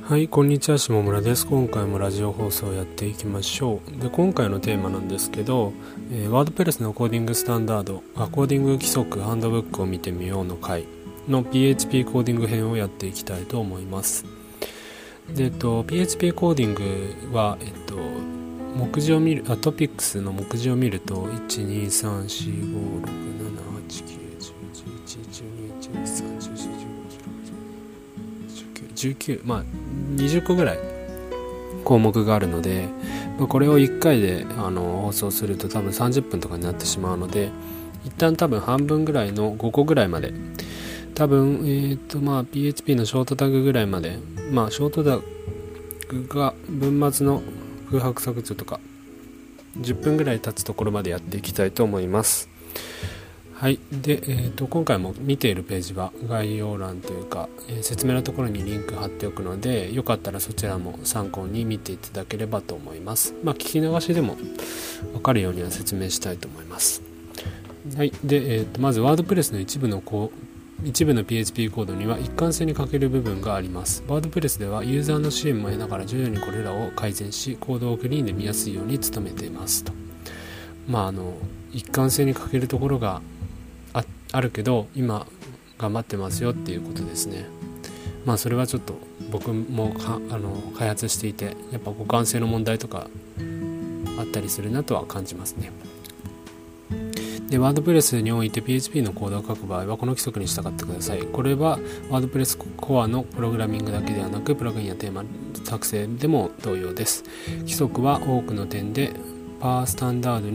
はい、こんにちは、下村です。今回もラジオ放送をやっていきましょう。で、今回のテーマなんですけど、ワードプレスのコーディングスタンダード、コーディング規則ハンドブックを見てみようの回の PHP コーディング編をやっていきたいと思います。で、PHP コーディングは、目次を見る、トピックスの目次を見ると、1、2、3、4、5、6、7、8、9、10、11、12、13、14、15、16、19、20個ぐらい項目があるので、これを1回で放送すると多分30分とかになってしまうので、一旦多分半分ぐらいの5個ぐらいまで、多分PHP のショートタグぐらいまで、ショートタグが文末の空白削除とか10分ぐらい経つところまでやっていきたいと思います。はい。で、今回も見ているページは概要欄というか、説明のところにリンク貼っておくので、よかったらそちらも参考に見ていただければと思います。聞き流しでも分かるようには説明したいと思います。はい。で、まずワードプレスの一部のPHP コードには一貫性に欠ける部分があります。ワードプレスではユーザーの支援も得ながら徐々にこれらを改善し、コードをクリーンで見やすいように努めていますと。一貫性に欠けるところがあるけど今頑張ってますよっていうことですね。それはちょっと僕も開発していて、やっぱ互換性の問題とかあったりするなとは感じますね。で、ワードプレスにおいて PHP のコードを書く場合はこの規則に従ってください。これはワードプレスコアのプログラミングだけではなく、プラグインやテーマ作成でも同様です。規則は多くの点でペアスタンダード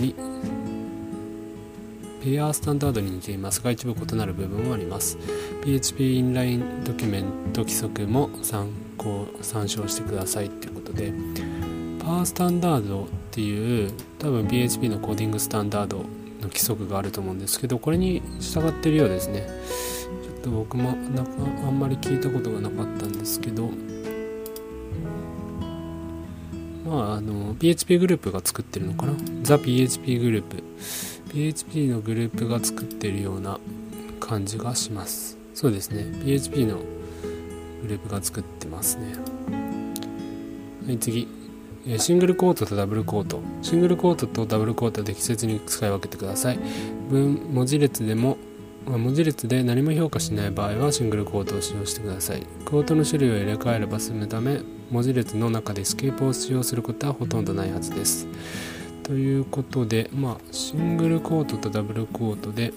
に似ていますが、一部異なる部分もあります。 PHP インラインドキュメント規則も参照してくださいということで、パースタンダードっていう多分 PHP のコーディングスタンダードの規則があると思うんですけど、これに従っているようですね。ちょっと僕もあんまり聞いたことがなかったんですけど、PHP グループが作ってるのかな。ザ PHP グループ、PHP のグループが作っているような感じがします。そうですね、 PHP のグループが作ってますね。はい、次、シングルコートとダブルコート。シングルコートとダブルコートで適切に使い分けてください。文字列で何も評価しない場合はシングルコートを使用してください。コートの種類を入れ替えれば済むため、文字列の中でエスケープを使用することはほとんどないはずです。ということで、シングルコートとダブルコートで、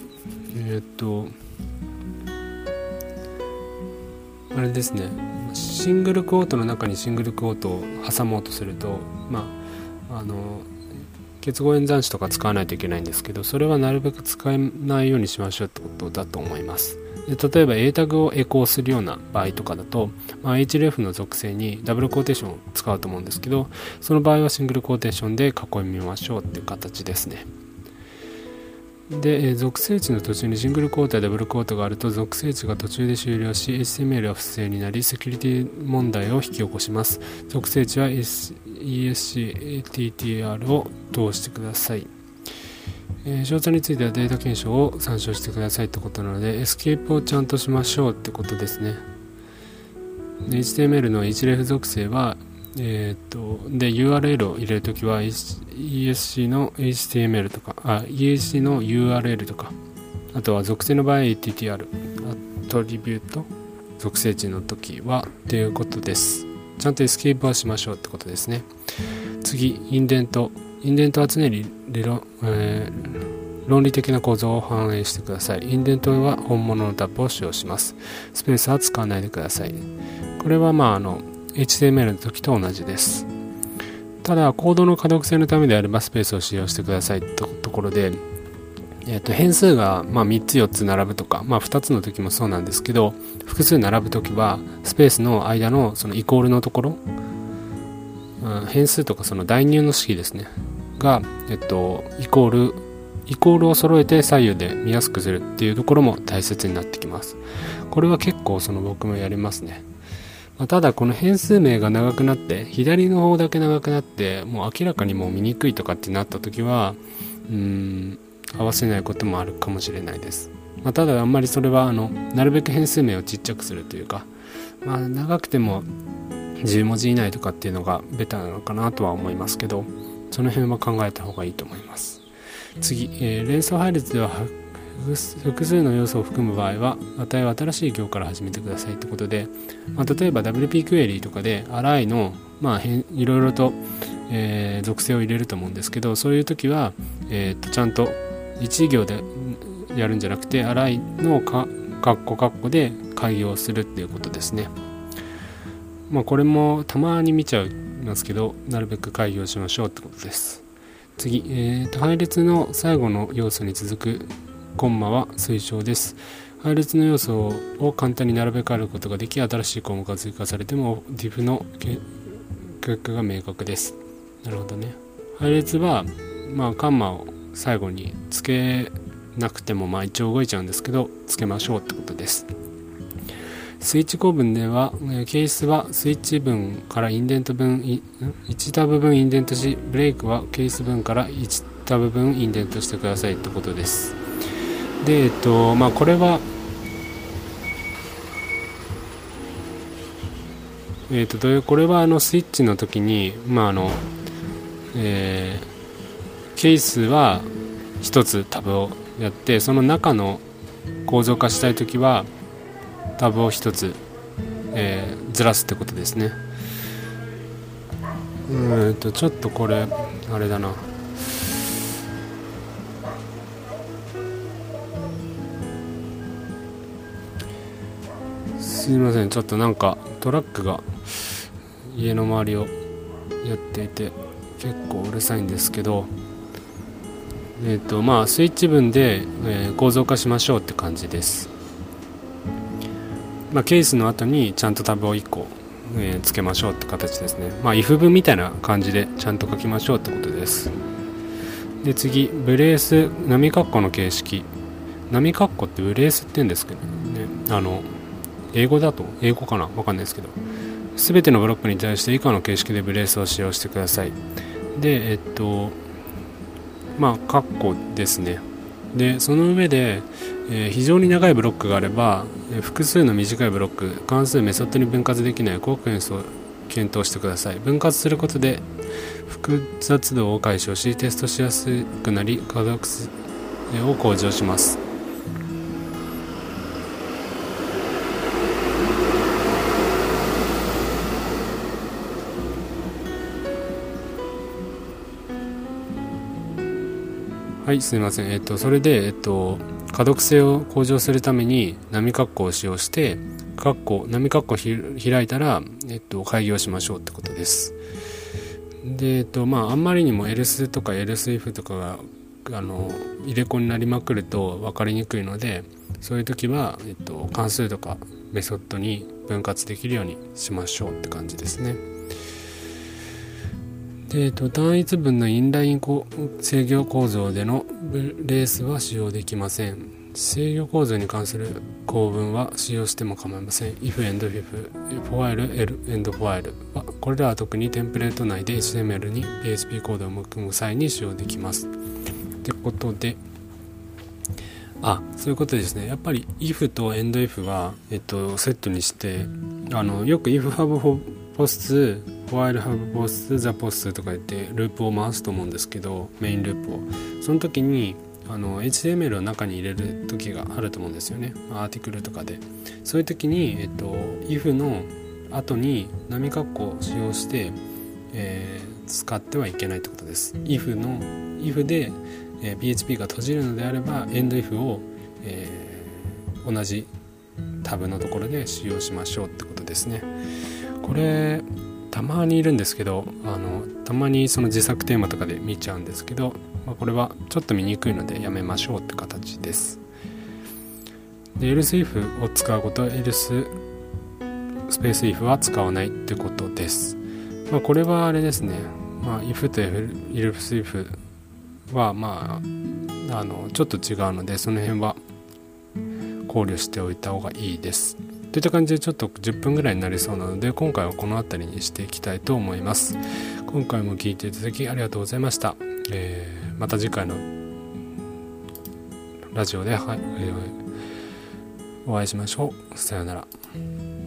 あれですね、シングルコートの中にシングルコートを挟もうとすると、結合演算子とか使わないといけないんですけど、それはなるべく使えないようにしましょうってことだと思います。で、例えば A タグをエコーするような場合とかだと、href の属性にダブルコーテーションを使うと思うんですけど、その場合はシングルコーテーションで囲みましょうっていう形ですね。で、属性値の途中にシングルコートやダブルコートがあると、属性値が途中で終了し HTML は不正になり、セキュリティ問題を引き起こします。属性値は ESCTTR を通してください。詳細についてはデータ検証を参照してくださいってことなので、エスケープをちゃんとしましょうってことですね。で、 HTML の href 属性はで URL を入れるときは ESC の HTML とかESC の URL とか、あとは属性の場合 ATTR アトリビュート属性値の時はということです。ちゃんとエスケープはしましょうってことですね。次、インデントは常に論理的な構造を反映してください。インデントは本物のタブを使用します。スペースは使わないでください。これはHTML の時と同じです。ただ、コードの可読性のためであればスペースを使用してくださいところで、変数が3つ4つ並ぶとか、2つの時もそうなんですけど、複数並ぶ時はスペースの間のそのイコールのところ、変数とかその代入の式ですねが、イコールを揃えて左右で見やすくするっていうところも大切になってきます。これは結構僕もやりますね。ただ、この変数名が長くなって、左の方だけ長くなって、もう明らかにもう見にくいとかってなった時は合わせないこともあるかもしれないです。ただ、あんまりそれはなるべく変数名をちっちゃくするというか、 長くても10文字以内とかっていうのがベターなのかなとは思いますけど、その辺は考えた方がいいと思います。次、連想配列では複数の要素を含む場合は値を新しい行から始めてくださいということで、例えば WP クエリとかでアライの、いろいろと、属性を入れると思うんですけど、そういう時は、ちゃんと1行でやるんじゃなくてアライのカッコで開業するっていうことですね。これもたまに見ちゃいますけど、なるべく開業しましょうってことです。次、配列の最後の要素に続くコンマは推奨です。配列の要素を簡単に並べ替えることができ、新しい項目が追加されても div の結果が明確です。なるほどね。配列は、カンマを最後につけなくても一応動いちゃうんですけど、つけましょうってことです。スイッチ構文では、ケースはスイッチ分からインデント分1タブ分インデントし、ブレイクはケース分から1タブ分インデントしてくださいってことです。で、これはこれはスイッチの時に、ケースは一つタブをやって、その中の構造化したい時はタブを一つ、ずらすってことですね。ちょっとこれあれだな。すいません、ちょっとなんかトラックが家の周りをやっていて結構うるさいんですけど、スイッチ分で、構造化しましょうって感じです。ケースの後にちゃんとタブを1個、つけましょうって形ですね。if 文みたいな感じでちゃんと書きましょうってことです。で、次、ブレース波括弧の形式。波括弧ってブレースって言うんですけどね、英語だと英語かな、わかんないですけど、すべてのブロックに対して以下の形式でブレースを使用してください。で、括弧ですね。で、その上で、非常に長いブロックがあれば、複数の短いブロック、関数メソッドに分割できないコークエンスを検討してください。分割することで複雑度を解消し、テストしやすくなり、可読性を向上します。はい、すみません。それで、可読性を向上するために波括弧を使用して、波括弧開いたら、開業しましょうってことです。で、あんまりにも else とか else if とかが入れ子になりまくると分かりにくいので、そういう時は、関数とかメソッドに分割できるようにしましょうって感じですね。で、単一文のインライン制御構造でのレースは使用できません。制御構造に関する構文は使用しても構いません。if and if while and while はこれらは特にテンプレート内で HTML に PHP コードを含む際に使用できます。ってことで、そういうことですね。やっぱり if と and if は、セットにして、よく if have posts while have posts the posts とか言ってループを回すと思うんですけど、メインループをその時にHTML を中に入れる時があると思うんですよね。アーティクルとかで、そういう時に、if の後に波括弧を使用して、使ってはいけないってことです。if で、PHP が閉じるのであれば end if を、同じタブのところで使用しましょうってことですね。これたまにいるんですけど、たまにその自作テーマとかで見ちゃうんですけど、これはちょっと見にくいのでやめましょうって形です。で、else if を使うことは else スペース if は使わないってことです。これはあれですね。if と else if はちょっと違うので、その辺は考慮しておいた方がいいです。といった感じでちょっと10分ぐらいになりそうなので、今回はこの辺りにしていきたいと思います。今回も聞いていただきありがとうございました。また次回のラジオで、お会いしましょう。さようなら。